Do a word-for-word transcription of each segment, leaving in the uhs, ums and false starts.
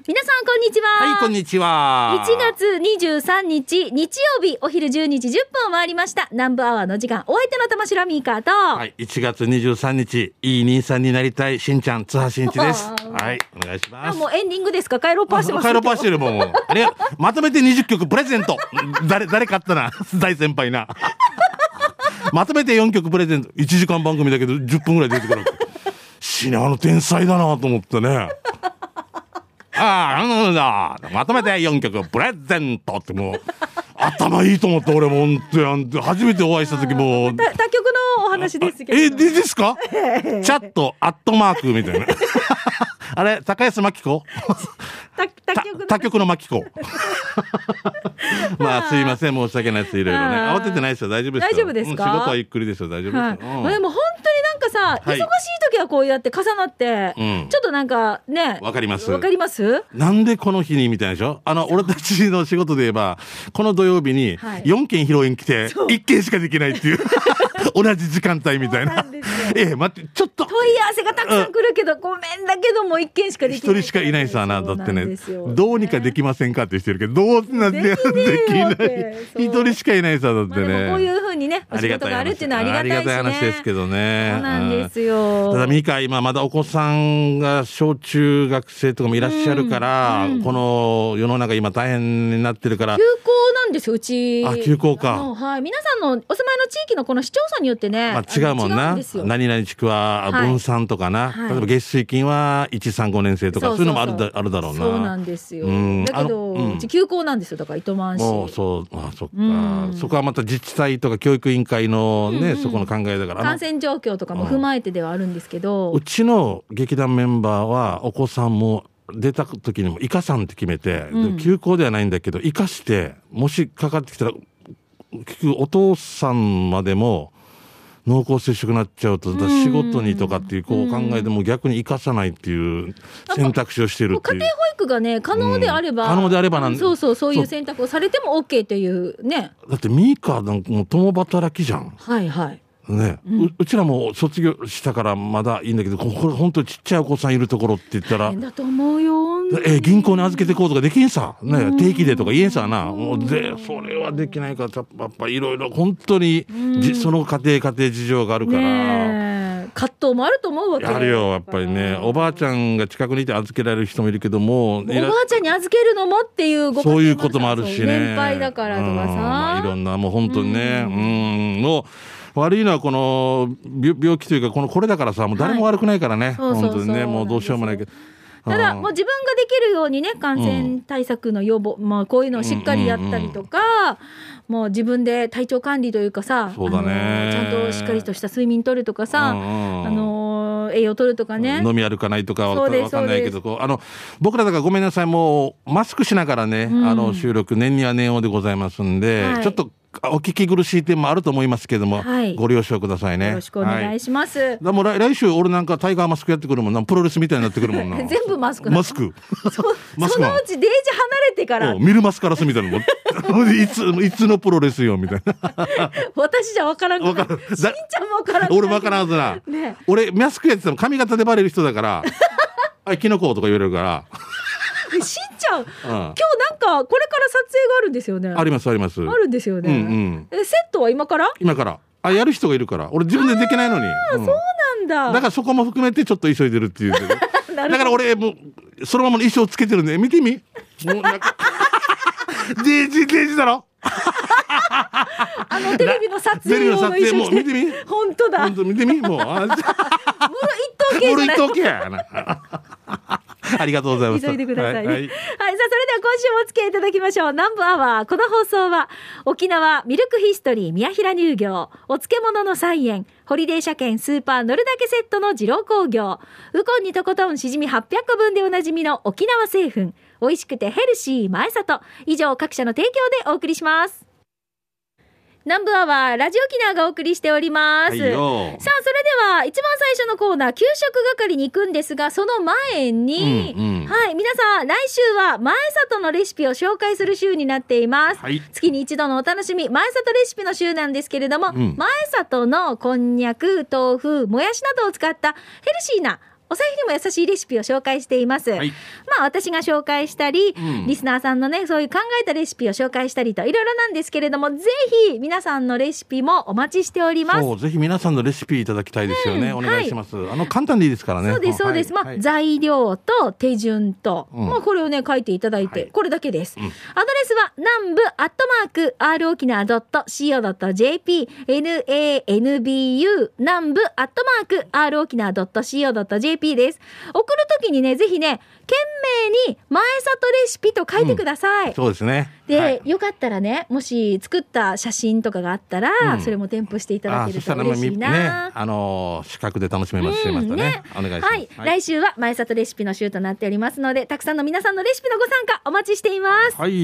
皆さんこんにちは。 はい、こんにちは。 いちがつにじゅうさんにち日曜日、お昼じゅうにじじゅっぷんを回りました。南部アワーの時間、お相手の玉城ミーカーと、 はい、いちがつにじゅうさんにちいい兄さんになりたいしんちゃん津波しんちです。はい、お願いします。 あ、もうエンディングですか。帰ろうパーしてます。 帰ろうパーしてるもん。あれまとめてにじゅっきょくプレゼント。誰誰買ったな大先輩な。まとめてよんきょくプレゼント。いちじかん番組だけどじゅっぷんぐらい出てくる。死ね、あの天才だなと思ってね。ああ、あのだ、まとめてよんきょくプレゼントってもう頭いいと思って俺も本当に初めてお会いした時も他局のお話ですけど。 え、いいですか？チャットアットマークみたいな。あれ高安真紀子？他局, 他局の真紀子。まあすいません、申し訳ないです。いろいろね慌ててないですよ。大丈夫ですよ。 大丈夫ですか？ うん、仕事はゆっくりですよ。大丈夫ですよ。はい、 うん、でも本当になんかさ、はい、忙しい時はこうやって重なって、うん、ちょっとなんかね、 わかります。 わかります。 なんでこの日にみたいでしょ。あの俺たちの仕事で言えばこの土曜日によんけん披露宴来ていっけんしかできないっていう同じ時間帯みたいな。ええ、待って、ちょっと問い合わせがたくさん来るけど、うん、ごめんだけどもいっけんしかできない。 一人しかいないさな。だってね、どうにかできませんかってしてるけど、どうなってできない。一人しかいないさ。だってね、 まあ、こういう風にねお仕事があるっていうのはありがたいしね。 ありがたい話ですけどね。 そうなんですよ。 ただミカ、今まだお子さんが小中学生とかもいらっしゃるから、うんうん、この世の中今大変になってるから。 休校なんですよ、うち。 あ、休校か。 はい、皆さんのお住まいの地域のこの市町村によってね、 まあ、違うもんな。何々地区は分散とかな、はい、例えば月水金はいち、さん、ごねん生とか、そういうのもあるだ、あるだろうな。 そうなんですよ。うん、だけど、うん、うち休校なんですよ。だから糸満市。 もうそう、あ、そっか、うん。そこはまた自治体とか教育委員会のね、うんうん、そこの考えだから。 感染状況とかも踏まえてではあるんですけど、 うん、うちの劇団メンバーはお子さんも出た時にもイカさんって決めて、うん、休校ではないんだけど、イカしてもしかかってきたら結局お父さんまでも濃厚接触になっちゃうと、仕事にとかっていうこう考えても逆に生かさないっていう選択肢をしてるっていう。 家庭保育がね可能であれば、 うん、可能であればなん、 そうそうそういう選択をされても OK というね。 だってミーカなんかもう共働きじゃん。 はいはいね、うん、う, うちらも卒業したからまだいいんだけど、これ本当にちっちゃいお子さんいるところって言ったら大変だと思うよ。 え銀行に預けてこうとかできんさ、ね、定期でとか言えんさな。もうでそれはできないからやっぱいろいろ本当にじその家庭家庭事情があるから、 ね、葛藤もあると思うわけ。 あるよやっぱりね。おばあちゃんが近くにいて預けられる人もいるけども、おばあちゃんに預けるのもっていうご家庭もそういうこともあるしね。 年配だからとかさ、うんまあ、いろんなもう本当にね、うん、の悪いのはこの病気というかこのこれだからさ、もう誰も悪くないからね、はい、本当にね、もうどうしようもないけど。 ただもう自分ができるようにね、感染対策の予防、うん、まあ、こういうのをしっかりやったりとか、うんうんうん、もう自分で体調管理というかさ、 そうだね、 あのちゃんとしっかりとした睡眠とるとかさ、うんうん、あの栄養とるとかね、 飲み歩かないとかわかんないけど、こうあの僕らだからごめんなさい、もうマスクしながらね、うん、あの収録年には年をでございますんで、はい、ちょっとお聞き苦しい点もあると思いますけども、はい、ご了承くださいね。 よろしくお願いします。はい、 だもう 来, 来週俺なんかタイガーマスクやってくるもんな。プロレスみたいになってくるもんな。 全部マスクなの。 マスクそ, マスクそのうちデージ離れてからミルマスカラスみたいなのいついつのプロレスよみたいな。 私じゃ分からんくない。しんちゃんも分からんくない。 俺分からんはずな、ね、俺マスクやってても髪型でバレる人だからあキノコとか言われるからしんちゃん、うん、今日なんかこれから撮影があるんですよね。 ありますあります。 あるんですよね、うんうん、えセットは今から今からあやる人がいるから俺自分でできないのに、 うん、そうなんだ。 だからそこも含めてちょっと急いでるっていうだから俺もうそのままの衣装つけてるんで見てみもうなんかデージデージだろあのテレビの撮影用の衣装着て見てみ本当だ本当見てみもう室一等系じゃない室一等系やなありがとうございます。 急いでください、はいはいはい、さあそれでは今週もお付き合いいただきましょう。南部アワー、この放送は沖縄ミルクヒストリー宮平乳業、お漬物の菜園、ホリデー車検スーパー乗るだけセットの二郎工業、ウコンにとことんしじみはっぴゃっこぶんでおなじみの沖縄製粉、美味しくてヘルシー前里、以上各社の提供でお送りします。南部アワーラジオキナがお送りしております、はい、さあそれでは一番最初のコーナー給食係に行くんですが、その前に、うんうん、はい皆さん来週は前里のレシピを紹介する週になっています、はい、月に一度のお楽しみ前里レシピの週なんですけれども、うん、前里のこんにゃく、豆腐、もやしなどを使ったヘルシーなお財布にも優しいレシピを紹介しています、 はい、 まあ私が紹介したり、 うん、 リスナーさんのねそういう考えたレシピを紹介したりといろいろなんですけれども、ぜひ皆さんのレシピもお待ちしております。 そう、ぜひ皆さんのレシピいただきたいですよね、うん、お願いします、はい、あの簡単でいいですからね。 そうですそうです、はい、まあ、はい、材料と手順と、うん、まあ、これをね書いていただいて、はい、これだけです、うん、アドレスは南部アットマーク r 沖縄 .co.jp nanbu 南部アットマーク r 沖縄 .co.jp です。送るときにね、ぜひね、懸命に前里レシピと書いてください、うん、 そうですね。 で、 はい、 よかったらね、もし作った写真とかがあったら、うん、それも添付していただけると嬉しいな、 ね、あのー、視覚で楽しめますし、うん、ね、お願いします、はいはい、来週は前里レシピの週となっておりますので、たくさんの皆さんのレシピのご参加お待ちしています、はい、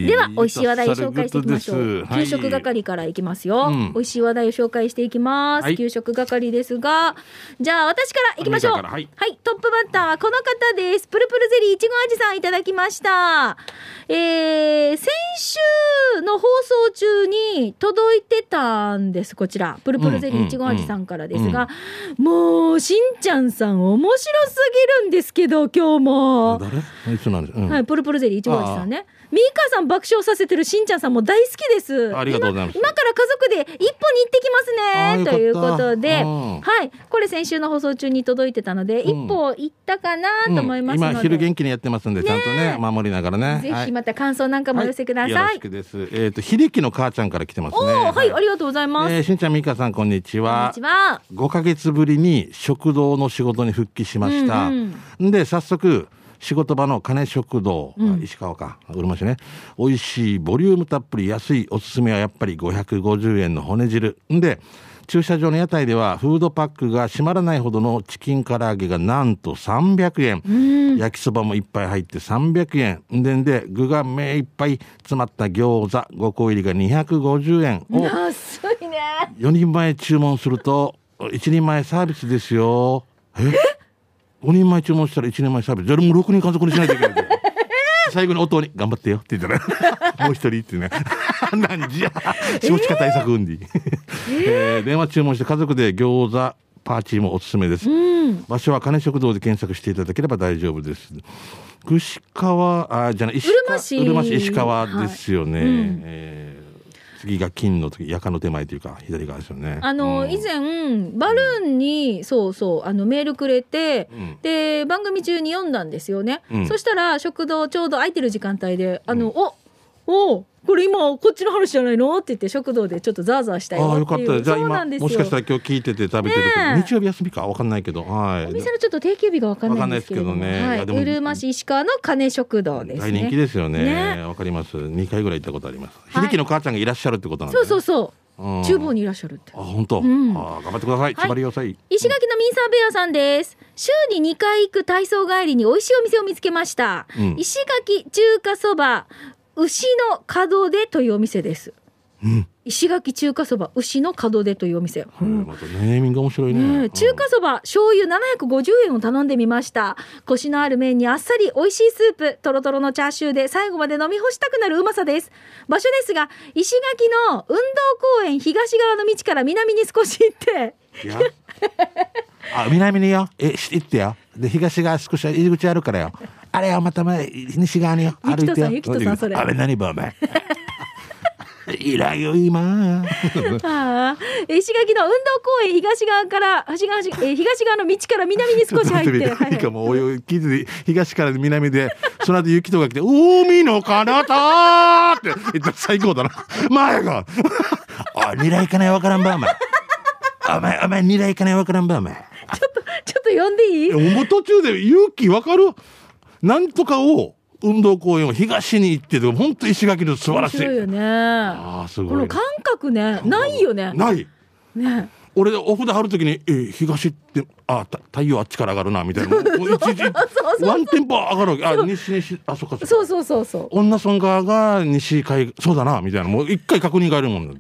では美味しい話題を紹介していきましょう、はい、給食係からいきますよ、うん、美味しい話題を紹介していきます、はい、給食係ですが、じゃあ私からいきましょう。はい、はい、トップバッターはこの方です。プルプルゼリーいちご味さんいただきました。えー、先週の放送中に届いてたんです。こちらプルプルゼリーいちご味さんからですが、うんうんうん、もうしんちゃんさん面白すぎるんですけど、今日も誰？いつなんです、うん、 はい、プルプルゼリーいちご味さんね、ミーカーさん爆笑させてるしんちゃんさんも大好きです。 ありがとうございます。 今、今から家族で一本に行ってきますねということで、はい、これ先週の放送中に届いてたので、うん、一歩行ったかなと思いますので、 うん、今昼元気にやってますんで、ちゃんとね守りながらね、 ぜひまた感想なんかもお寄せください、はい、 よろしくです。えっ、ー、と秀樹の母ちゃんから来てますね。 お、はい、はい、ありがとうございます、 えー、しんちゃんみーかさんこんにちは。 こんにちは。 ごかげつぶりに食堂の仕事に復帰しました、うんうん、で早速仕事場の金食堂、うん、石川かうるま市ね、美味しいボリュームたっぷり安いおすすめはやっぱりごひゃくごじゅうえんの骨汁で、駐車場の屋台ではフードパックが閉まらないほどのチキン唐揚げがなんとさんびゃくえん、うん、焼きそばもいっぱい入ってさんびゃくえんでんで、具が目いっぱい詰まった餃子ごこ入りがにひゃくごじゅうえんを安いね。 よにんまえ注文するといちにんまえサービスですよ。えごにんまえ注文したらいちにんまえサービス、じゃあもうろくにん家族にしないといけない最後に音に頑張ってよって言ったらもう一人ってね何じゃ少子化対策運動、えーえー、電話注文して家族で餃子パーチーもおすすめです、うん、場所は金食堂で検索していただければ大丈夫です。串川あじゃない石川うるま市石川ですよね、はい、うん、えー次が金の時、やかの手前というか左側ですよね。 あの、うん、以前バルーンに、うん、そうそうあのメールくれて、うん、で番組中に読んだんですよね、うん、そしたら食堂ちょうど空いてる時間帯であの、うん、おおこれ今こっちの話じゃないのって言って食堂でちょっとザーザーしたよっていう。あよかった。 じゃあ今もしかしたら今日聞いてて食べてるけど、ね、日曜日休みか分かんないけど、はい、 お店のちょっと定休日が分かんないんですけれども、分かんないですけどね、はい、うるま市石川の金食堂ですね。 大人気ですよね。ね、分かります。にかいぐらい行ったことあります。秀樹の母ちゃんがいらっしゃるってことなんですね。そうそうそう、うん、厨房にいらっしゃるって。あ本当、うん、あ頑張ってください。縛りよさい。石垣のミンサーベアさんです。週ににかい行く体操帰りに美味しいお店を見つけました、うん、石垣中華そば牛の門出というお店です、うん、石垣中華そば牛の門出というお店、うん、またネーミング面白い ね, ね中華そば醤油ななひゃくごじゅうえんを頼んでみました。コシのある麺にあっさり美味しいスープ、とろとろのチャーシューで最後まで飲み干したくなるうまさです。場所ですが石垣の運動公園東側の道から南に少し行っていやあ南によえ行ってよで東側少し入り口あるからよあれよまた前西側によ歩いてよ。ゆきとさんそれあれ何ばお前いらよ今あ石垣の運動公園東側から東側の道から南に少し入って何かもう聞いて東から南でその後雪とか来て海の彼方って言ったら最高だな前があ二来かねわからんばお前お前お前二来かねわからんばお前ちょっとちょっと呼んでいい？もう途中で勇気わかる？なんとかを運動公園を東に行ってて本当石垣の素晴らしい。面白いよね。あすごい。この感覚ねないよね。ない。ね。俺お札貼るときにえ東ってあ太陽あっちから上がるなみたいな。一時ワンテンポ上がる。あ西西あそっかそっか。そうそうそうそう。女村側が西海そうだなみたいなもう一回確認がいるもんだって。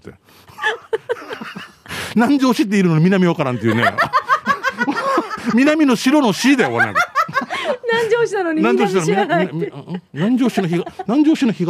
南城市っているのに南わからんっていうね。南の白の C だよ南城市なのに南城市の南城市の東南城市の東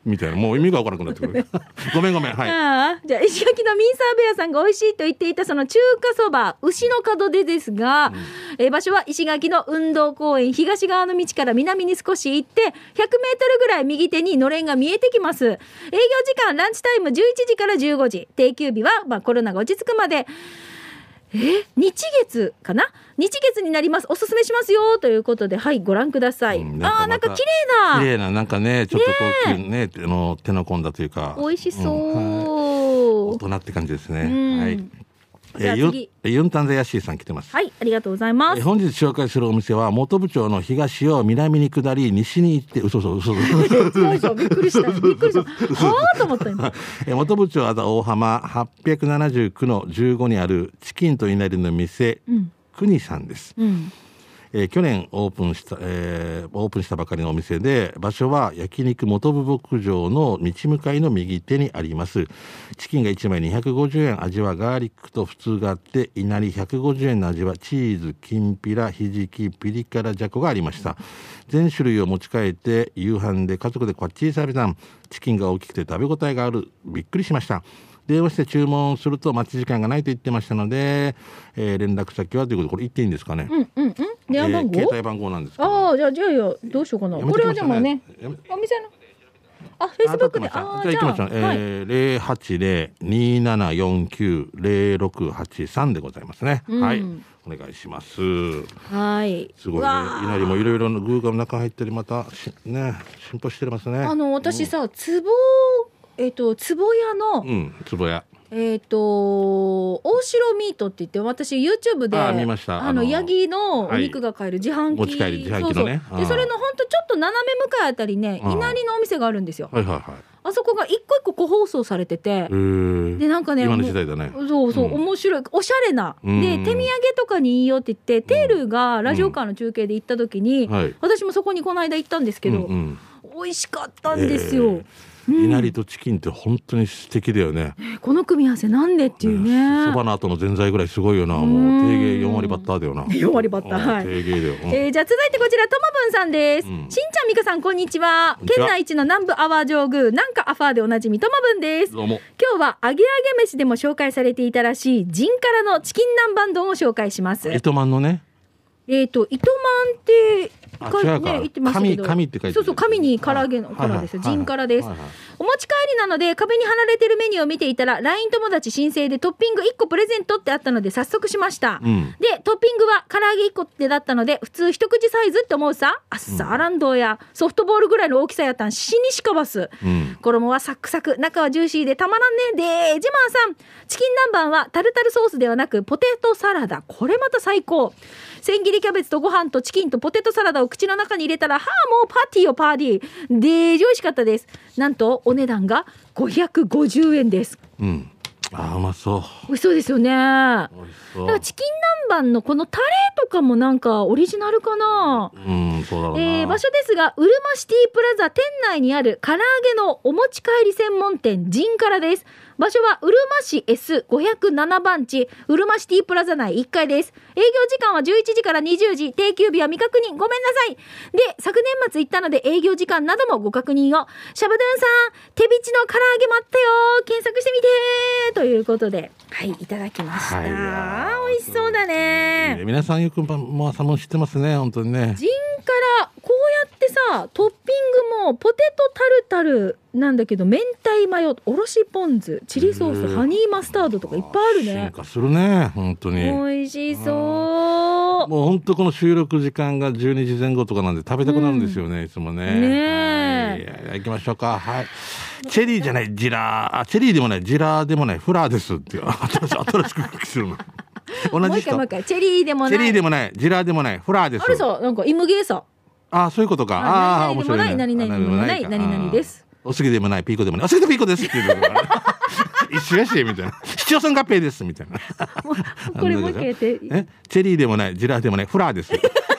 みたいな、もう意味が分からなくなってくるごめんごめん、はい。 ああ、じゃあ石垣のミンサーベアさんが美味しいと言っていたその中華そば牛の門でですが、うん、えー、場所は石垣の運動公園東側の道から南に少し行ってひゃくメートルぐらい右手にのれんが見えてきます。営業時間ランチタイムじゅういちじからじゅうごじ、定休日はまあコロナが落ち着くまでえ日月かな、日月になります。おすすめしますよということで、はい、ご覧ください。うん、あー、なんか綺麗な綺麗な、なんかね、ちょっと高級ね、あの手の込んだというか美味しそう、うん、はい、 大人って感じですね、うん、はい。 じゃあ次、 えー、ユンタンザヤッシーさん来てます。 はい、ありがとうございます。 えー、本日紹介するお店は本部町の東を南に下り西に行って、嘘嘘嘘嘘びっくりしたびっくりしたはあと思った今えー、本部町大浜はっぴゃくななじゅうきゅうのじゅうごにあるチキンと稲荷の店、うん、国さんです、うん。えー、去年オープンした、えー、オープンしたばかりのお店で、場所は焼肉元部牧場の道向かいの右手にあります。チキンがいちまいにひゃくごじゅうえん、味はガーリックと普通があって、いなりひゃくごじゅうえんの味はチーズ、きんぴら、ひじき、ピリ辛じゃこがありました。全種類を持ち帰って夕飯で家族でこっちり食べたん。チキンが大きくて食べ応えがある。びっくりしました。電話して注文すると待ち時間がないと言ってましたので、えー、連絡先はということで、これ言っていいんですかね。 うんうんうん。電話番号、 えー、携帯番号なんですけど、ね、 ああ、じゃあじゃあよ、どうしようかな。これはでもね、お店のあ、フェイスブックで、 ああ、じゃあ行きましょう。えー、ゼロはちゼロ にななよんきゅう ゼロろくはちさんでございますね、うん、はい、お願いします。 はい。 すごいね。稲荷もいろいろの具が中入ってる、またね、進歩してますね。 あの私さ、つぼえっ、ー、と壺屋の、 うん、壺屋。 えっ、ー、と大城ミートって言って、私 YouTube であ, 見ましたあのヤギのお肉が買える自販機、 持ち帰り自販機のね、 そうそうでそれの本当ちょっと斜め向かいあたりね、稲荷のお店があるんですよ。 はいはいはい。 あそこが一個一個個包装されてて、でなんかね、 今の時代だね。 そうそう、うん、面白い、おしゃれな、で手土産とかにいいよって言って、テールがラジオカーの中継で行った時に、うんはい、私もそこにこの間行ったんですけど、うんうん、美味しかったんですよ、えーいなりとチキンって本当に素敵だよね、うん、この組み合わせなんでっていうね。 そばの後のぜんざいぐらいすごいよな。もう定芸よんわりバッターだよな。 よんわりバッター、はい、 定芸だよ、うん、 えー、じゃあ続いてこちらともぶんさんです、うん、しんちゃんみかさんこんにちは。県内一の南部アワー上宮なんかアファーでおなじみともぶんです。 どうも。 今日は揚げ揚げ飯でも紹介されていたらしいジンカラのチキン南蛮丼を紹介します。 糸満のね、 えーと糸満ってあ違うか、ね、言ってますけど、神って書いてる。 そうそう、神に唐揚げの唐です、ジンカラです、はいはい。お持ち帰りなので壁に貼られてるメニューを見ていたら ライン 友達申請でトッピングいっこプレゼントってあったので早速しました、うん、でトッピングは唐揚げいっこってだったので普通一口サイズって思うさ。あっさアランドーやソフトボールぐらいの大きさやったん死にしかばす、うん、衣はサックサク中はジューシーでたまらんねでジマンさん、チキン南蛮はタルタルソースではなくポテトサラダ、これまた最高。千切りキャベツとご飯とチキンとポテトサラダを口の中に入れたら、はあもうパーティーよパーティーで、美味しかったです。なんとお値段がごひゃくごじゅうえんです。 うん、あうまそう。 美味しそうですよね。美味しそう。だからチキン南蛮のこのタレとかもなんかオリジナルかな。 うん、そうだろうな。 えー、場所ですがうるまシティプラザ店内にある唐揚げのお持ち帰り専門店ジンカラです。場所はうるま市 エスごひゃくなな 番地うるまシティプラザ内いっかいです。営業時間はじゅういちじからにじゅうじ、定休日は未確認、ごめんなさい。で昨年末行ったので営業時間などもご確認を。シャバドゥンさん手びちの唐揚げ待ったよ、検索してみてということで、はいいただきました、はい、美味しそうだね。 皆さんよくまあサモン知ってますね本当にね。 ジンカラこうやってさトッピングもポテトタルタルなんだけど明太マヨ、おろしポン酢、チリソース、ハニーマスタードとかいっぱいあるね。 進化するね本当に。 美味しそう。 もう本当この収録時間がじゅうにじぜん後とかなんで食べたくなるんですよね、うん、いつもね。 ねえ、 はい、行きましょうか。はい。チェリーじゃないジラー、あチェリーでもないジラーでもないフラーですっていう新しく聞きするの。同じ人。もう一回もう一回チェリーでもない。チェリーでもないジラーでもないフラーです。 あれさなんかイムゲーさ。 あそういうことか。ああ面白いね。 何々でもない何々です。 おすぎでもないピーコでもないおすぎでピーコですっていうのが一緒やしみたいな市町村合併ですみたいなこれもう一回やってえチェリーでもないジラーでもないフラーです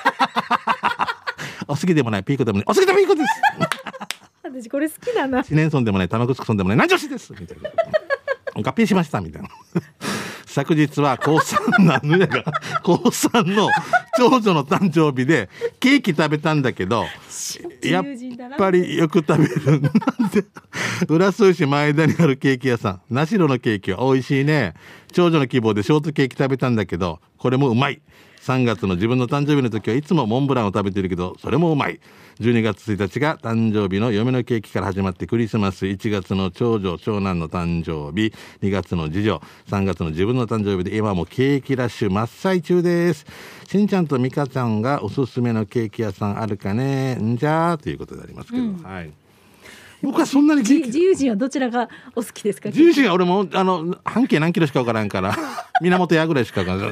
おすぎでもないピーコでもないおすぎでピーコです私これ好きだな。 シネンソンでもない玉城村でもない南女子ですみたいな合併しましたみたいな昨日は高さんなのやが高さんの長女の誕生日でケーキ食べたんだけどやっぱりよく食べるなんで浦添市前田にあるケーキ屋さん、なしろのケーキは美味しいね。長女の希望でショートケーキ食べたんだけど、これもうまい。さんがつの自分の誕生日の時はいつもモンブランを食べてるけど、それもうまい。じゅうにがつついたちが誕生日の嫁のケーキから始まってクリスマス、いちがつの長女長男の誕生日、にがつの次女、さんがつの自分の誕生日で今もケーキラッシュ真っ最中です。しんちゃんとみかちゃんがおすすめのケーキ屋さんあるかねんじゃーということでありますけど、うん、はい。僕はそんなにケーキ自由人はどちらがお好きですか？ 自由人は俺もあの半径何キロしか分からんから源屋ぐらいしか分からん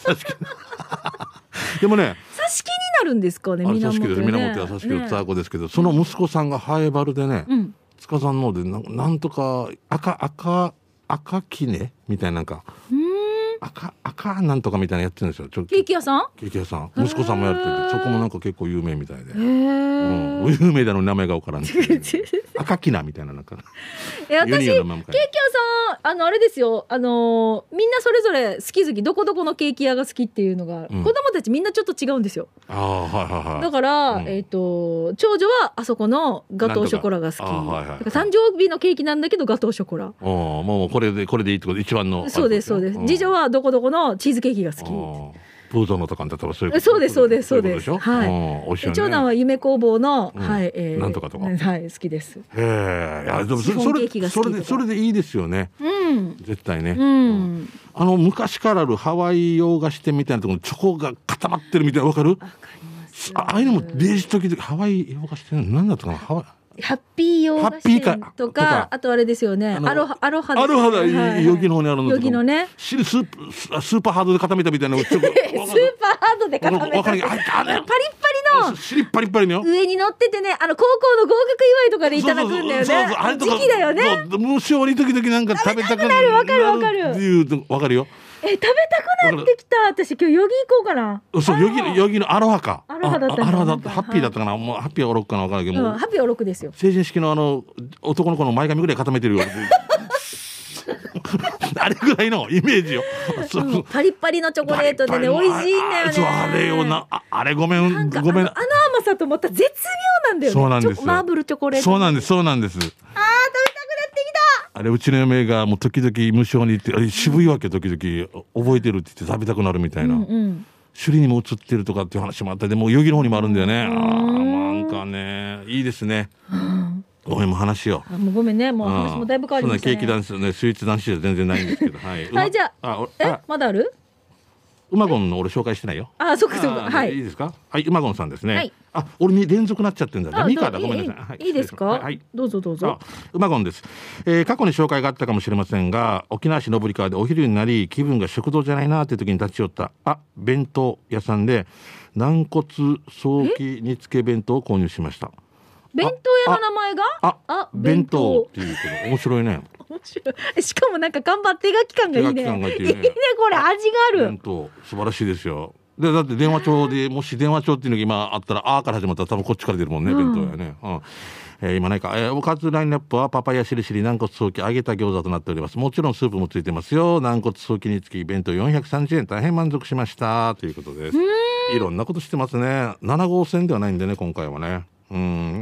でもね、 挿し木になるんですかね。 あれ挿し木です。源屋挿し木のツアーコですけど、その息子さんがハエバルでね、うん、塚さんので な, なんとか赤赤赤きねみたいな、なんか赤赤なんとかみたいなやってるんですよ。ちょケーキ屋さんケーキ屋さん息子さんもやってて、そこもなんか結構有名みたいで、うん、有名だの名前が分からん赤きなみたいな、なんかえ私ケーキ屋さんあのあれですよ、あのみんなそれぞれ好き好き、どこどこのケーキ屋が好きっていうのが、うん、子供たちみんなちょっと違うんですよ。 あ、はいはいはい、 だから、うん、えーと長女はあそこのガトーショコラが好き、はいはい、誕生日のケーキなんだけどガトーショコラ、 もうこれでこれでいいってこと、一番のそうですそうです、うん、次女はどこどこのチーズケーキが好き、 プーゾーのとかだったらそういうこと、 そうですそうですそうです、はい、 美味しいよね。 長男は夢工房の、うん、はい、 えー、なんとかとか、 はい、好きです。 へえ、いやでもそれそれでそれでいいですよね、うん、絶対ね、うんうん、あの昔からあるハワイ洋菓子店みたいなところにチョコが固まってるみたいな、わかる？わかります。ああいうのもデージ時々ハワイ洋菓子店なんだったかな、ハワイハッピー洋菓子店とか、あとあれですよね、アロハ、アロハです、ね、 アロハだ、ヨギの方にあるのとか、 ヨギのね、 スープ、スーパーハードで固めたみたいなスーパーハードで固めたパリッパリの尻パリッパリの上に乗っててね、あの高校の合格祝いとかでいただくんだよね。そうそうそう、あれとか時期だよね。 無性に時々なんか食べたくなる、わかるわかるっていうわかるよ。 え、食べたくなってきた。私今日ヨギ行こうかな。 そう、ヨギのヨギのアロハか。 アロハだった。 アロハだった。ハッピーだったかな。もうハッピーはおろくかな、わからないけど、 うん、ハッピーはおろくですよ。 成人式のあの男の子の前髪ぐらい固めてるよ。あれぐらいのイメージよ。 パリッパリのチョコレートでね、美味しいんだよね。 そう、あれよな、あ、あれごめん、ごめん。 あの甘さとまた絶妙なんだよね。 そうなんですよ。 マーブルチョコレート。 そうなんです、そうなんです。あー、食べたくなってきた。あれうちの嫁がもう時々無性に言って、あれ渋いわけ、時々覚えてるって言って食べたくなるみたいな。うんうん、首里にも映ってるとかっていう話もあった。でもヨギの方にもあるんだよね。あー、なんかね、いいですね。ごめん、もう話よ。 あ、もうごめんね、もう話もだいぶ変わりましたね。 そんなケーキダンスね、スイーツ男子じゃ全然ないんですけど、はい。 はい、じゃあ、あえ、まだある？ うまごんの俺紹介してないよ。 あ、そっかそっか、はい。 いいですか？はい、うまごんさんですね。はい。あ、俺に連続なっちゃってるんだ。ミカだ、ごめんなさい。 はい。いいですか？はい。どうぞどうぞ。 うまごんです。えー、過去に紹介があったかもしれませんが、沖縄市登川でお昼になり気分が食堂じゃないなっていう時に立ち寄ったあ弁当屋さんで軟骨早期煮付け弁当を購入しました。 弁当屋の名前がああ弁当っていうけど面白いね。 面白い。しかもなんか頑張って手書き感がいいね。手書き感がいいね。いいね、これ味がある。 弁当素晴らしいですよ。でだって電話帳でもし電話帳っていうのが今あったらあから始まったら多分こっちから出るもんね、うん、弁当屋ね。うん、えー、今ないか、えー、おかずラインナップはパパイヤしりしり軟骨早期揚げた餃子となっております。もちろんスープもついてますよ。軟骨早期につき弁当よんひゃくさんじゅうえん、大変満足しましたということです。いろんなことしてますね。なな号線ではないんでね、今回はね。うん、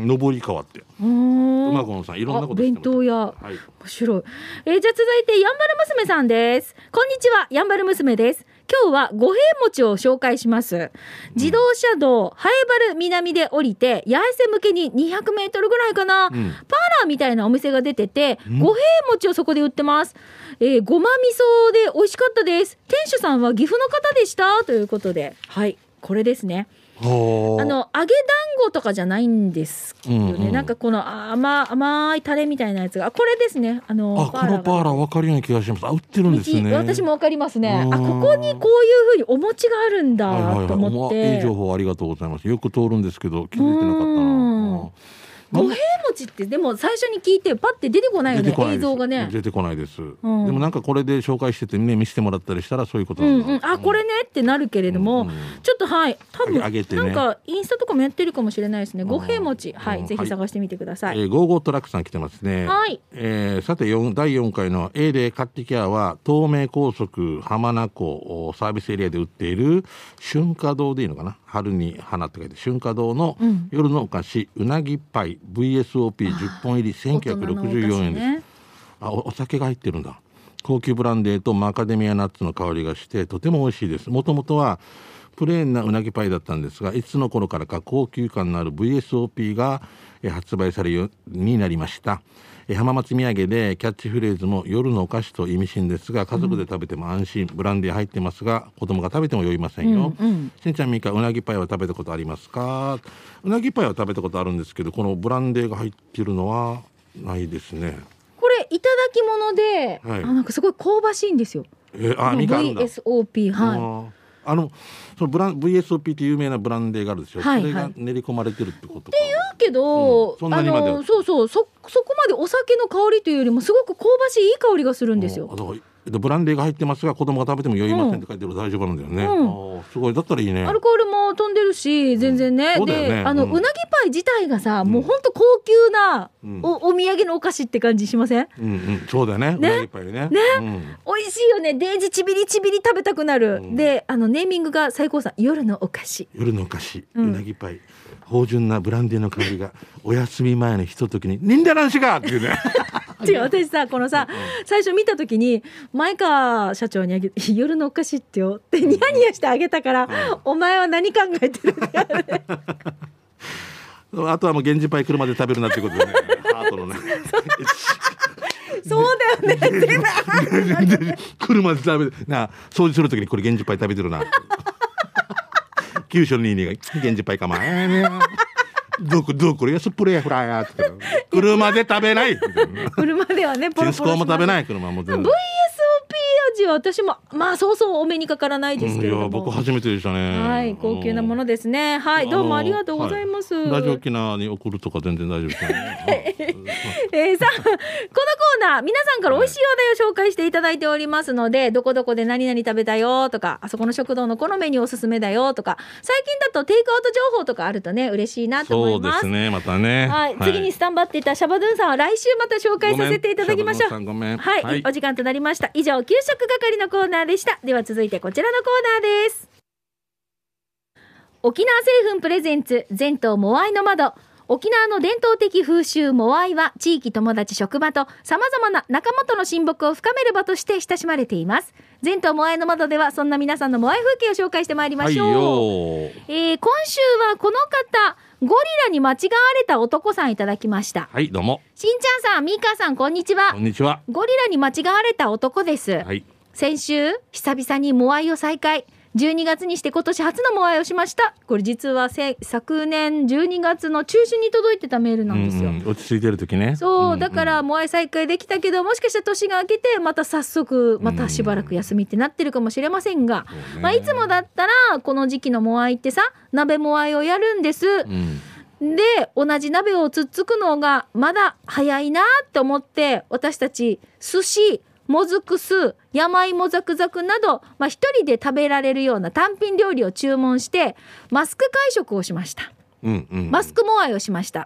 上り変わってうまごんさんいろんなことしてます。 弁当屋、はい、面白い。えー、じゃあ続いてやんばる娘さんです。こんにちは、やんばる娘です。今日は五平餅を紹介します。自動車道ハエバル南で降りて八重瀬向けににひゃくメートルぐらいかな、うん、パーラーみたいなお店が出てて、うん、五平餅をそこで売ってます。えー、ごま味噌で美味しかったです。店主さんは岐阜の方でしたということで、はい、これですね。あの揚げ団子とかじゃないんですよね、うんうん、なんかこの 甘, 甘いタレみたいなやつがこれですね。あのあこのパーラー分かるような気がします。あ売ってるんですね。 私も分かりますね。あここにこういう風にお餅があるんだと思って、 はいはいはい、いい情報ありがとうございます。よく通るんですけど気づいてなかったな。 五平餅ってでも最初に聞いてパッて出てこないよね、映像がね出てこないです、 うん、 でもなんかこれで紹介しててね見せてもらったりしたらそういうことなんだ、うんうん、あこれねってなるけれども、うんうん、ちょっとはい多分上げて、ね、 なんかインスタとかもやってるかもしれないですね。五平餅、はい、うん、ぜひ探してみてください。 はい、えー、ゴーゴートラックさん来てますね。 はい、 えー、さてだいよんかいの A で買ってきゃは東名高速浜名湖サービスエリアで売っている春華堂でいいのかな、春に花って書いて春華堂の夜のお菓子、うん、うなぎパイ ブイエスオーピーじゅっぽん入りせんきゅうひゃくろくじゅうよんえんです、ね、あ お, お酒が入ってるんだ。高級ブランデーとマカデミアナッツの香りがしてとても美味しいです。もともとはプレーンなうなぎパイだったんですが、いつの頃からか高級感のある ブイエスオーピー が発売されるようになりました。浜松土産でキャッチフレーズも夜のお菓子と意味深ですが、家族で食べても安心、うん、ブランデー入ってますが子供が食べても酔いませんよ、うんうん、しんちゃんみーかうなぎパイは食べたことありますか。うなぎパイは食べたことあるんですけど、このブランデーが入ってるのはないですね。 これいただき物で、はい、あなんかすごい香ばしいんですよ。 えー、あみかんあるんだブイエスオーピー、はい、 あのそのブラン ブイエスオーピー って有名なブランデーがあるんですよ、はいはい、それが練り込まれてるってことかって言うけど、うん、 そんなにまではそうそう そ, そこまでお酒の香りというよりもすごく香ばしいいい香りがするんですよ。 あだからブランデーが入ってますが子供が食べても酔いませんって書いてる、うん、大丈夫なんだよね、うん、あすごいだったらいいね。 アルコールも飛んでるし全然ね、うん、で、ね、あの、うん、うなぎパイ自体がさ、うん、もうほんと高級な お,、うん、お土産のお菓子って感じしません？ うんうん、そうだね、ねうなぎパイね、 ね、うん、美味しいよね。デージちびりちびり食べたくなる、うん、であのネーミングが最高さん夜のお菓子夜のお菓子、うん、うなぎパイ芳醇なブランデーの香りがお休み前のひとときに忍者男子がっていうね違う私さこのさ、うん、最初見た時に前川社長にあげ夜のお菓子ってよってニヤニヤしてあげたから、うん、お前は何考えてるんだよねあとはもう源氏パイ車で食べるなってことでねハートのねそうだよね車で食べるな、掃除するときにこれ源氏パイ食べてるな九州のニーニーが源氏パイかまえねどこどこれやスプレーフライヤーって車で食べない車ではねポロポロします。チンスコーも食べない車も全然ブイエスオーピー 味は私もまあそうそうお目にかからないですけれども、 うん、いや僕初めてでしたね。 はい高級なものですね。はいどうもありがとうございます、はい、 ラジオ沖縄に送るとか全然大丈夫ですねえー、さあこのコーナー皆さんから美味しい話題を紹介していただいておりますので、はい、どこどこで何々食べたよとかあそこの食堂のこのメニューおすすめだよとか最近だとテイクアウト情報とかあるとね嬉しいなと思います。 そうですねまたね、 はいはい、次にスタンバっていたシャバドゥンさんは来週また紹介させていただきましょう。 ごめんはい、はい、お時間となりました。以上給食係のコーナーでした。では続いてこちらのコーナーです。沖縄製粉プレゼンツ全島モアイの窓。沖縄の伝統的風習モアイは地域友達職場と様々な仲間との親睦を深める場として親しまれています。全島モアイの窓ではそんな皆さんのモアイ風景を紹介してまいりましょう、はいよえー、今週はこの方ゴリラに間違われた男さんいただきました。 はいどうも。 しんちゃんさんみーかーさんこんにちは。 こんにちは。 ゴリラに間違われた男です、はい、先週久々にモアイを再開じゅうにがつにして今年初のモアイをしました。これ実はせ昨年じゅうにがつの中旬に届いてたメールなんですよ、 うんうん、落ち着いてる時ね。 そう、 うんうん、 だからモアイ再開できたけどもしかしたら年が明けてまた早速またしばらく休みってなってるかもしれませんが、うんまあ、いつもだったらこの時期のモアイってさ鍋モアイをやるんです、うんで同じ鍋をつっつくのがまだ早いなって思って私たち寿司もずくす山芋ザクザクなど、まあ、一人で食べられるような単品料理を注文してマスク会食をしました、うんうんうん、マスクモアイをしました、はい、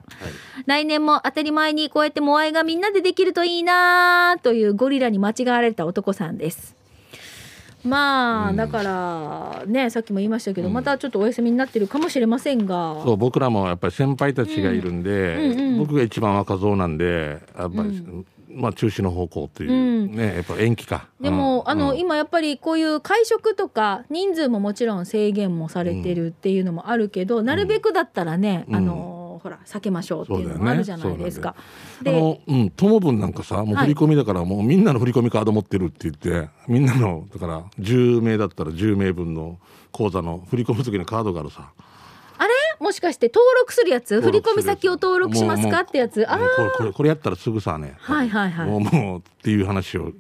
来年も当たり前にこうやってモアイがみんなでできるといいなというゴリラに間違われた男さんです。まあ、うん、だからねさっきも言いましたけど、うん、またちょっとお休みになってるかもしれませんが、 そう僕らもやっぱり先輩たちがいるんで、うんうんうん、僕が一番若造なんでやっぱり、うんまあ、中止の方向という、うんね、やっぱ延期か。 でも、 うん、 あの、うん、今やっぱりこういう会食とか人数ももちろん制限もされてるっていうのもあるけど、うん、なるべくだったらね、うん、あのほら避けましょうっていうのもあるじゃないですか。 で、あの、うん、友分なんかさもう振り込みだから、はい、もうみんなの振り込みカード持ってるって言ってみんなのだからじゅうめいだったらじゅうめいぶんの口座の振り込む時のカードがあるさ。 あれもしかして登録するやつ振り込み先を登録しますかってやつ。あこれこれこれやったらすぐさね、 はいはいはい、 もうもうっていう話を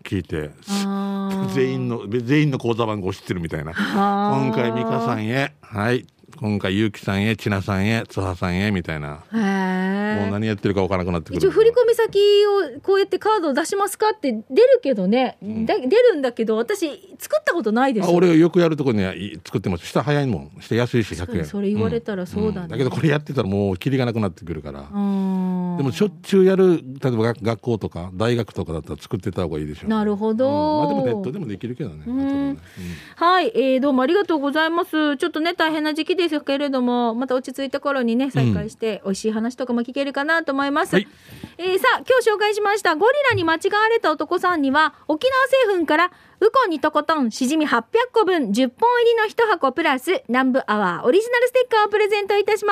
聞いてあ全員の全員の口座番号知ってるみたいな。今回美香さんへ、はい、今回ゆうきさんへ、ちなさんへ、つはさんへみたいな。 へもう何やってるか分からなくなってくる。 一応振込先をこうやってカードを出しますかって出るけどね、うん、だ出るんだけど私作ったことないです。 あ、俺よくやるところには作ってます。下早いもん、下安いしひゃくえん。 それ言われたらそうだね、 うんうん、だけどこれやってたらもうキリがなくなってくるから。でもしょっちゅうやる、例えば学校とか大学とかだったら作ってた方がいいでしょう、ね、 なるほど、 うん、まあでもネットでもできるけどね、うんうん、 はい、えー、どうもありがとうございます。ちょっとね大変な時期ですけれどもまた落ち着いた頃にね再開して美味しい話とかも聞けるかなと思います、うん、はい、えー、さあ今日紹介しましたゴリラに間違われた男さんには沖縄製粉からウコンにとことんしじみはっぴゃっこぶんじゅっぽん入りのいちはこプラス南部アワーオリジナルステッカーをプレゼントいたします。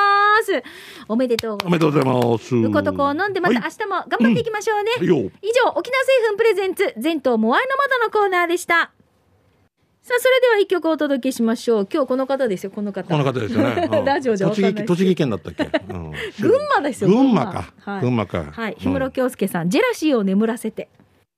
おめでとうおめでとうございます。 ウコとこを飲んでまた明日も頑張っていきましょうね、はい、うん、以上沖縄製粉プレゼンツ全島モアイの窓のコーナーでした。さあそれではいっきょくお届けしましょう。今日この方ですよ、この方この方ですよね、うん、 ラジオじゃ分かんない栃木、栃木県だったっけ、うん、 群馬ですよ、 群馬か、 はい、 群馬か、 はい、氷室京介さん、うん、ジェラシーを眠らせて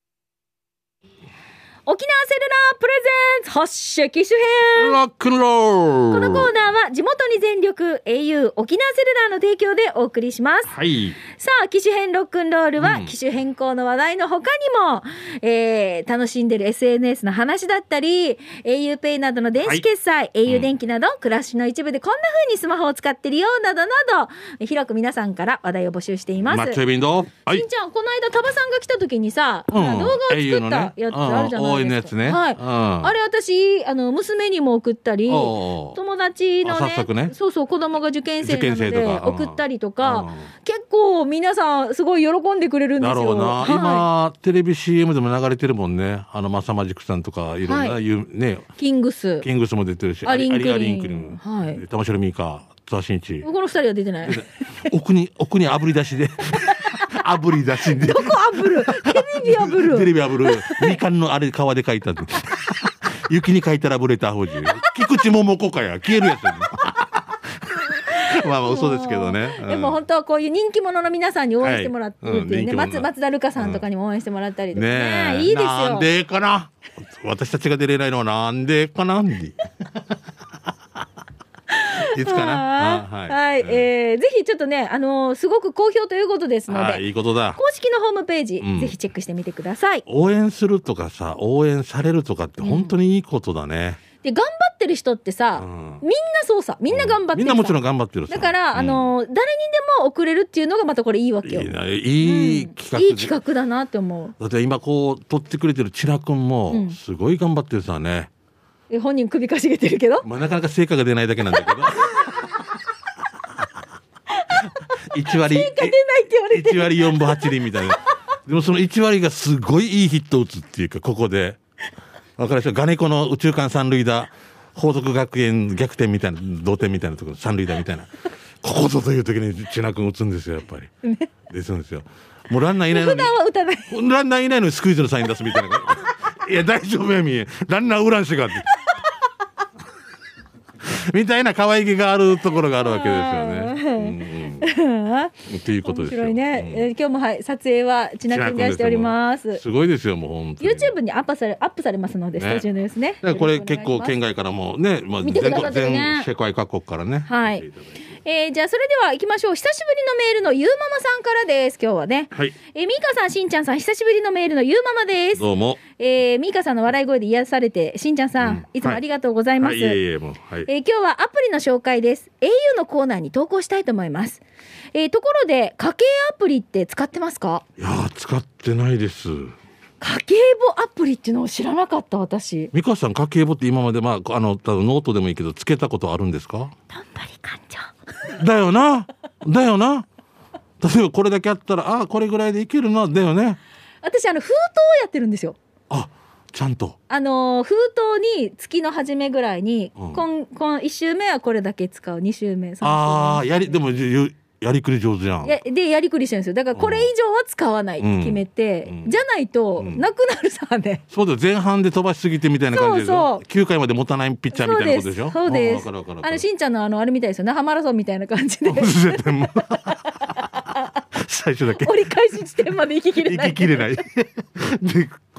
沖縄セルラープレゼンツ発射機種編ロックンロール。 このコーナーは地元に全力 エーユー 沖縄セルラーの提供でお送りします、 はい、 さあ機種編ロックンロールは、うん、機種変更の話題の他にも、えー、楽しんでる エスエヌエス の話だったり auPay などの電子決済、はい、au 電気など、うん、暮らしの一部でこんな風にスマホを使ってるよなどなど広く皆さんから話題を募集しています。 マッチョビンド、はい、 しんちゃんこの間タバさんが来た時にさ、うん、動画を作ったやつあるじゃないですか、 のやつね、 はい、うん、あれ私あの娘にも送ったり友達の ね, ねそうそう子供が受験生なので送ったりとか、結構皆さんすごい喜んでくれるんですよ。 なるほどな、はい、今テレビ シーエム でも流れてるもんね、あのマサマジックさんとかいろんな、はい、ね、 キングスキングスも出てるしアリンクリン、 アリンクリン、はい、玉城ミーカ津田真一、 このふたりは出てない奥に奥に炙り出しで炙り出しでどこ炙るテレビ炙るテレビ炙るみかんのあれ皮で書いたって雪に書いたらブレたほじ菊池桃子かや消えるやつや、ね、まあまあ嘘ですけどね、 うん、でも本当はこういう人気者の皆さんに応援してもらってるっていうね、はい、うん、松, 松田ルカさんとかにも応援してもらったりとか ね, ねいいですよ。 なんでかな私たちが出れないのはなんでかないつかな、 はい、はい、えー、ぜひちょっとね、あのー、すごく好評ということですので、 いいことだ、 公式のホームページ、うん、ぜひチェックしてみてください。 応援するとかさ、応援されるとかって本当にいいことだね、 うん、で頑張ってる人ってさ、うん、みんなそうさ、みんな頑張ってるさ、うん、 みんなもちろん頑張ってるさ、 だから、うん、あのー、誰にでも送れるっていうのがまたこれいいわけよ。いいな、 いい企画、 うん、いい企画だなって思う。 だって今こう撮ってくれてる千奈くんもすごい頑張ってるさね、 うん、本人首かしげてるけど、 まあ、なかなか成果が出ないだけなんだけどいち割成果出ないって言われてる、 いち割よんぶはちりんみたいなでもそのいち割がすごいいいヒットを打つっていうか、ここでわかるでしょ、ガネコの宇宙間三塁打報徳学園逆転みたいな同点みたいなところ三塁打みたいなここぞという時に千奈君打つんですよ、やっぱり、ね、ですんですよ。もうランナーいないのに、 普段は打たない、 ランナーいないのにスクイズのサイン出すみたいないや大丈夫やみランナーウランシがってみたいな可愛げがあるところがあるわけですよね、うんうん、っていうことですよ。 面白いね、うん、えー、今日も、はい、撮影は千奈君でしております。 すごいですよ、もう本当に YouTube にアップされ、アップされますので、ね、スタジオの様子ね、 これ結構県外からもね、まあ、 見てくださってるね、 全世界各国からね、 はい、えー、じゃあそれでは行きましょう。久しぶりのメールのゆうママさんからです。今日はね、はい、えー、みーかさん、しんちゃんさん、久しぶりのメールのゆうママです。 どうも、 えー、みーかさんの笑い声で癒されて、しんちゃんさん、うん、いつもありがとうございます。はいはい、いえいえもう、はい、えー、今日はアプリの紹介です。 エーユー のコーナーに投稿したいと思います。えー、ところで家計アプリって使ってますか？ いや使ってないです。 家計簿アプリっていうのを知らなかった。私、 美香さん家計簿って今まで、まあ、あの多分ノートでもいいけどつけたことあるんですか？ たんばり感情だよなだよな例えばこれだけあったらあこれぐらいでいけるなだよね。 私あの封筒をやってるんですよ。 あちゃんとあの封筒に月の初めぐらいに、うん、今今いち週目はこれだけ使う、に週目さん週目ああやりでもやりくり上手じゃん。 やでやりくりしてるんですよ。だからこれ以上は使わないって決めて、うん、じゃないとなくなるさね、 うん、そうだよ。前半で飛ばしすぎてみたいな感じでそうそうきゅうかいまで持たないピッチャーみたいなことでしょ。 そうですそうです。あのしんちゃんのあのあれみたいですよ、那覇マラソンみたいな感じで最初だけ折り返し地点まで行ききれない行ききれないで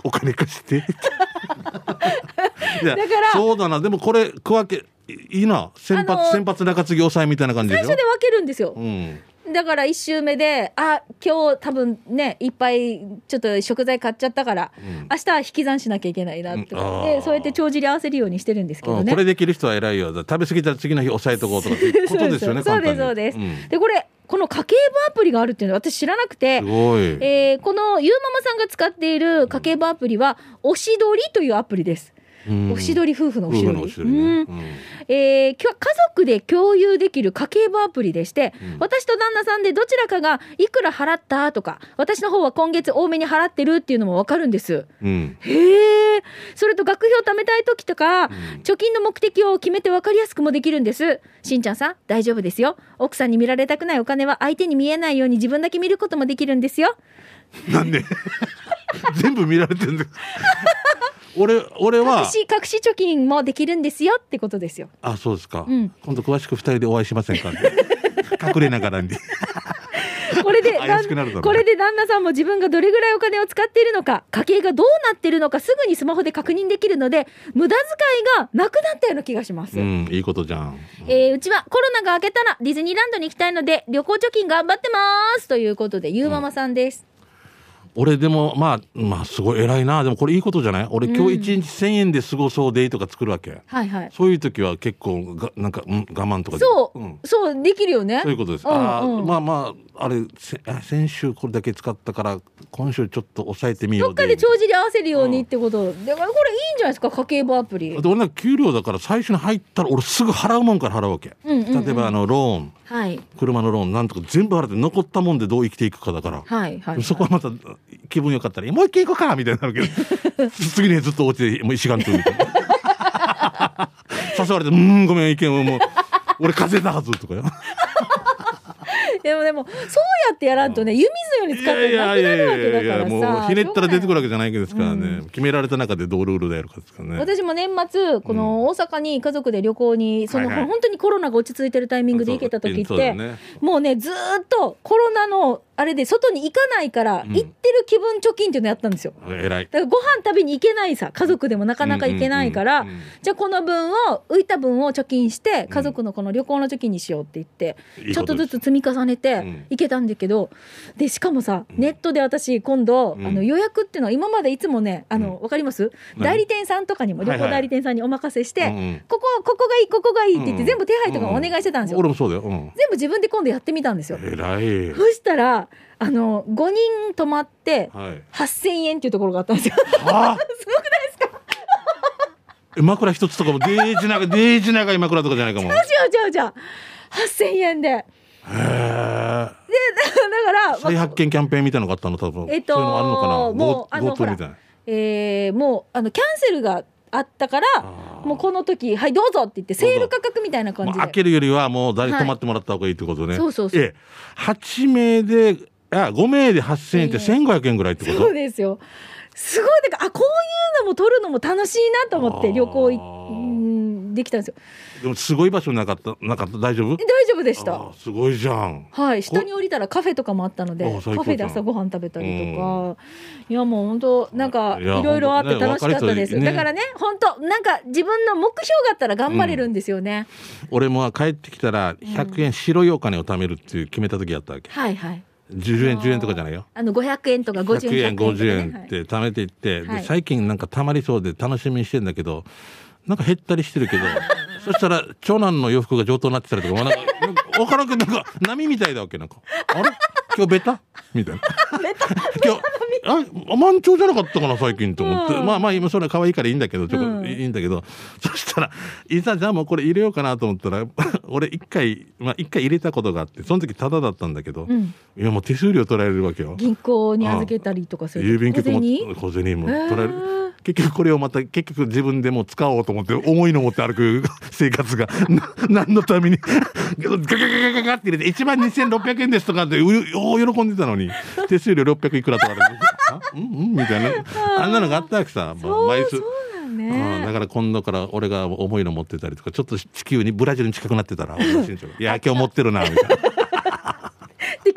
お金貸していやだからそうだな。でもこれ区分けいいな。先発、 あのー先発中継ぎ抑えみたいな感じでしょ。 最初で分けるんですよ、 うん、 だからいち周目であ今日多分ねいっぱいちょっと食材買っちゃったから、うん、明日は引き算しなきゃいけないなって、うん、でそうやって帳尻合わせるようにしてるんですけどね、 うん、これできる人は偉いよ。食べ過ぎたら次の日抑えとこうとかっていうことですよね。 そうですそうです、うん、でこれこの家計簿アプリがあるっていうのは私知らなくて、 すごい、 えー、このゆうママさんが使っている家計簿アプリはおしどりというアプリです。おしどり夫婦のおしどり、ね、うんうんえー、家族で共有できる家計簿アプリでして、うん、私と旦那さんでどちらかがいくら払ったとか私の方は今月多めに払ってるっていうのも分かるんです、うん、へえ。それと学費を貯めたい時とか、うん、貯金の目的を決めて分かりやすくもできるんです。しんちゃんさん大丈夫ですよ。奥さんに見られたくないお金は相手に見えないように自分だけ見ることもできるんですよ。 なんで全部見られてるんだ俺, 俺は隠し、隠し貯金もできるんですよってことですよ。 あ、そうですか、うん、今度詳しくふたりでお会いしませんか隠れながらにこれでこれで旦那さんも自分がどれぐらいお金を使っているのか家計がどうなっているのかすぐにスマホで確認できるので無駄遣いがなくなったような気がします、 うん、いいことじゃん、うんえー、うちはコロナが明けたらディズニーランドに行きたいので旅行貯金頑張ってますということでゆうママさんです、うん俺でもまあまあすごい偉いな。でもこれいいことじゃない。俺今日いちにちせんえんで過ごそうデーとか作るわけ、うんはいはい、そういう時は結構がなんか、うん、我慢とかでそう、うん、そうできるよね。 そういうことです、うんうん、あまあまああれ先週これだけ使ったから今週ちょっと抑えてみようどっかで帳尻合わせるようにってこと、うん、だからこれいいんじゃないですか家計簿アプリ。 俺なんか給料だから最初に入ったら俺すぐ払うもんから払うわけ、うんうんうん、例えばあのローン、はい、車のローンなんとか全部払って残ったもんでどう生きていくかだから、はいはいはい、そこはまた気分よかったらもう一回行こうかみたいになるけど次にずっと落ちてもう石岩とみたいな誘われてうんごめん意見をもう俺風邪だはずとかよでもでもそうやってやらんとね湯水ように使ってなくなるわけだからさ。 いやいやいやいやもうひねったら出てくるわけじゃないですからね、うん、決められた中でどうルールでやるかですからね。 私も年末この大阪に家族で旅行に、うん、その、はいはい、本当にコロナが落ち着いてるタイミングで行けた時って、ね、もうねずっとコロナのあれで外に行かないから、うん、行ってる気分貯金っていうのやったんですよ。 偉い。 だからご飯食べに行けないさ家族でもなかなか行けないから、うんうんうんうん、じゃあこの分を浮いた分を貯金して家族のこの旅行の貯金にしようって言って、うん、ちょっとずつ積み重ねて行けたんだけど、うん、でしかもさ、うん、ネットで私今度、うん、あの予約っていうのは今までいつもねあの、うん、分かります、うん、代理店さんとかにも旅行代理店さんにお任せして、はいはい、ここここがいいここがいいって言って全部手配とかお願いしてたんですよ、 うんうん、俺もそうだよ、うん、 全部自分で今度やってみたんですよ。 偉い。 そしたらあのごにん泊まってはっせんえんっていうところがあったんですよ、はい、すごくないですか枕一つとかもデージ長いデージ長い枕とかじゃないかも。 違う違う違う違うはっせんえんで。へえ。でだから再発見キャンペーンみたいなのがあったの多分、 えっと、そういうのあるのかな。もうあのほら、えー、もうあのキャンセルがあったからもうこの時はいどうぞって言ってセール価格みたいな感じで、 開けるよりはもう誰泊まってもらった方がいいってことね、はい、 そうそうそう。 えはちめいであごめいではっせんえんってせんごひゃくえんぐらいってこと。 そうですよ。すごいだからあこういうのも撮るのも楽しいなと思って旅行いできたんですよ。 でもすごい場所なかったなかった大丈夫？ 大丈夫でした。 あすごいじゃん。 はい下に降りたらカフェとかもあったのでカフェで朝ごはん食べたりとか、うん、いやもう本当なんかいろいろあって楽しかったです、ね、だからね本当なんか自分の目標があったら頑張れるんですよね、 うん、俺も帰ってきたらひゃくえん白いお金を貯めるっていう決めた時やったわけ、 うん、はいはいじゅうえんじゅうえんとかじゃないよ。 あのごひゃくえんとかごじゅうえんごじゅうえんって貯めていって、はい、で最近なんか貯まりそうで楽しみにしてんだけどなんか減ったりしてるけどそしたら長男の洋服が上等になってたりとか、まあ、なんか分からんけどなんか波みたいだわけ。なんかあれ今日ベタみたいな今日あ満潮じゃなかったかな最近と思って、うん、まあまあ今それ可愛いからいいんだけどちょっと、うん、いいんだけどそしたらいざじゃあもうこれ入れようかなと思ったら俺一回まあ一回入れたことがあってその時タダだったんだけど、うん、いやもう手数料取られるわけよ。 銀行に預けたりとかする郵便局も小銭も取られる。結局これをまた結局自分でも使おうと思って重いの持って歩く生活が何のためにガガガガガガって入れていちまんにせんろっぴゃくえんですとかって大喜んでたのに手数料ろっぴゃくいくらとかであうんうんみたいなあんなのがあったわけさ。 そう枚数そうだね。 だから今度から俺が重いの持ってたりとかちょっと地球にブラジルに近くなってたらいや今日持ってるなみたいなで気づく日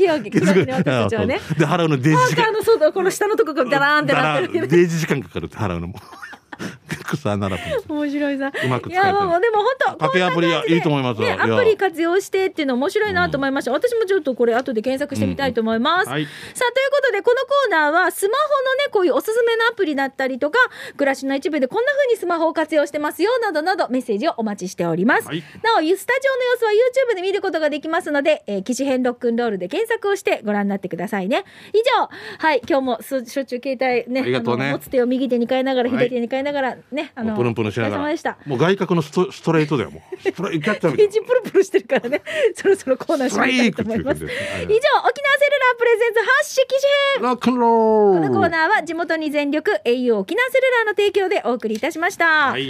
けよけ気楽に私たちはね。 で払うのデージ時間。 パーカーのそうこの下のとこがダラーンってなってるけど。 デージ時間かかるって払うのも。草なら面白いさ。 うまく使えてる。 いやもうでも本当家計アプリはいいと思います。 ね、アプリ活用してっていうの面白いなと思いました。うん、私もちょっとこれ後で検索してみたいと思います。うんはい、さあということでこのコーナーはスマホのねこういうおすすめのアプリだったりとか暮らしの一部でこんな風にスマホを活用してますよなどなどメッセージをお待ちしております。はい、なおスタジオの様子は YouTube で見ることができますので、えー、機種編ロックンロールで検索をしてご覧になってくださいね。以上はい今日もしょっちゅう携帯ね、あの持つ手を右手に変えながら左手に変えながらね、はい、あのプルンプルンしながらでしたもう外角のス ト, ストレートだよもうストレートキャッチャーみたいなページプルプルしてるからねそろそろコーナーしみたいと思います。以上沖縄セルラープレゼンツ発信機種編ロックンロール。 このコーナーは地元に全力 エーユー 沖縄セルラーの提供でお送りいたしました。はい、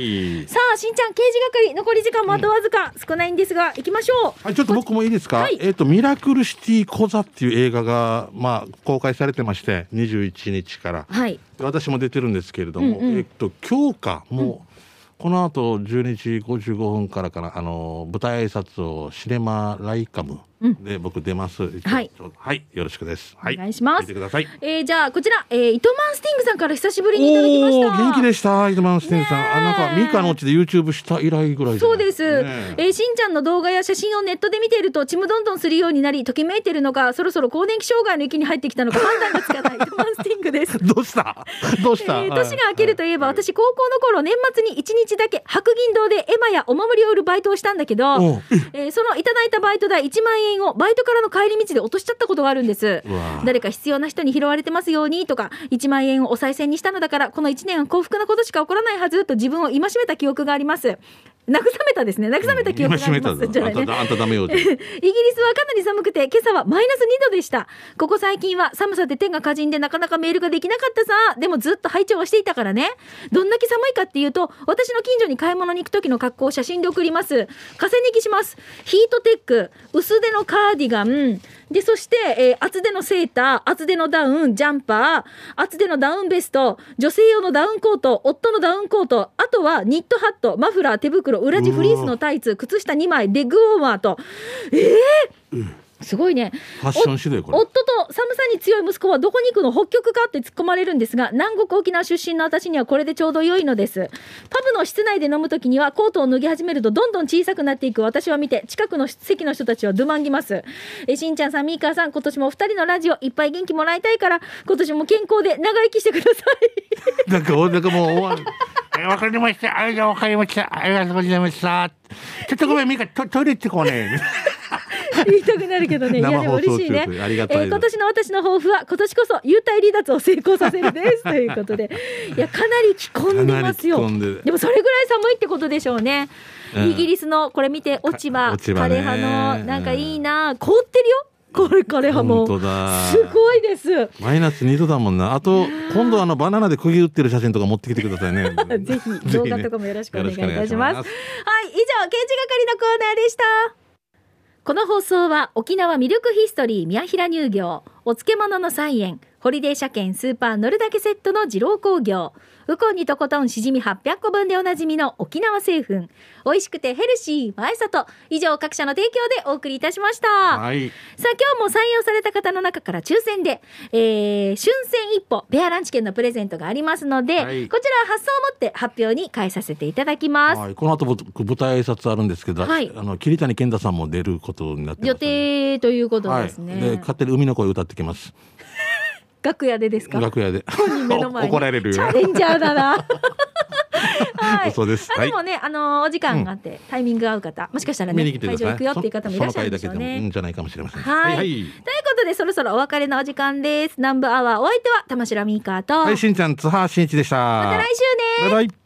さあしんちゃん刑事係残り時間もあとわずか少ないんですが、うん、行きましょう。 はい、ちょっと僕もいいですか。はい、えっ、ー、とミラクルシティコザっていう映画がまあ公開されてましてにじゅういちにちから、はい、私も出てるんですけれども、うんうん、えっ、ー、と今日かもう、うんこの後じゅうにじごじゅうごふんからかなあの舞台挨拶をシネマライカムで僕出ます、うん、はい、はい、よろしくです、はい、 お願いします。 見てください。 えー、じゃあこちら、えー、糸満スティングさんから久しぶりにいただきました。 元気でした糸満スティングさん。あなんかミカのうちで YouTube した以来ぐらい。 そうです、ねえー、しんちゃんの動画や写真をネットで見ているとちむどんどんするようになりときめいているのかそろそろ更年期障害の域に入ってきたのか判断がつかない糸満スティングですどうしたどうした、 えー、年が明けるといえば、はい、私高校の頃年末にいちにちだけ白銀堂でエマやお守りを売るバイトをしたんだけど、えー、そのいただいたバイト代いちまんえんをバイトからの帰り道で落としちゃったことがあるんです。誰か必要な人に拾われてますようにとかいちまんえんをお賽銭にしたのだからこのいちねんは幸福なことしか起こらないはずと自分を戒めた記憶があります。慰めたですね慰めた記憶があります、うん、じゃないね、 あんた、あんたダメよイギリスはかなり寒くて今朝はマイナスにどでした。ここ最近は寒さで手がかじんでなかなかメールができなかったさ。でもずっと拝聴はしていたからね。どんだけ寒いかっていうと私の近所に買い物に行く時の格好を写真で送ります。重ね着します。ヒートテック薄手のカーディガンでそして、えー、厚手のセーター厚手のダウンジャンパー厚手のダウンベスト女性用のダウンコート夫のダウンコートあとはニットハットマフラー手袋裏地フリースのタイツ靴下にまいレッグウォーマーとえー、うんすごいね。 ファッション次第これ。 夫と寒さに強い息子はどこに行くの北極かって突っ込まれるんですが南国沖縄出身の私にはこれでちょうど良いのです。パブの室内で飲むときにはコートを脱ぎ始めるとどんどん小さくなっていく私は見て近くの席の人たちはドゥマンギます。えしんちゃんさんミーカーさん今年もお二人のラジオいっぱい元気もらいたいから今年も健康で長生きしてくださいなんかなんかもう終わるわかりましたありがとうございましたありがとうございましたちょっとごめんミーカー ト, トイレ行ってこうね言いたくなるけどねいやでも嬉しいね。ありがたい、えー、今年の私の抱負は今年こそ幽体離脱を成功させるですということでいやかなり着込んでますよ。で, でもそれぐらい寒いってことでしょうね、うん、イギリスのこれ見て落ち葉枯葉のなんかいいな凍ってるよこれ枯葉もすごいです。 マイナスにどだもんな。あと今度あのバナナで釘打ってる写真とか持ってきてくださいねぜひ動画とかもよろしくお願いいたします。はい以上刑事係のコーナーでした。この放送は沖縄ミルクヒストリー宮平乳業お漬物の菜園ホリデー車検スーパー乗るだけセットの二郎工業ウコンにとことんしじみはっぴゃっこぶんでおなじみの沖縄製粉美味しくてヘルシー前里以上各社の提供でお送りいたしました、はい、さあ今日も採用された方の中から抽選で、えー、春戦一歩ペアランチ券のプレゼントがありますので、はい、こちら発送をもって発表に変えさせていただきます、はい、 この後舞台挨拶あるんですけど、はい、あの桐谷健太さんも出ることになってます、ね、 予定ということですね、 はい、で勝手に海の声歌ってきます楽屋でですか。 楽屋で本人目の前に怒られるよ。 チャレンジャーだなはい、 そうです。 あでもね、はい、あのお時間があって、うん、タイミング合う方もしかしたらね会場行くよっていう方もいらっしゃるんでしょうね。その回だけでもいいんじゃないかもしれません。 はい、はいはい、ということでそろそろお別れのお時間です。南部アワーお相手は玉城ミーカーとはいしんちゃん津波しんいちでした。 また来週ね。 バイバイ。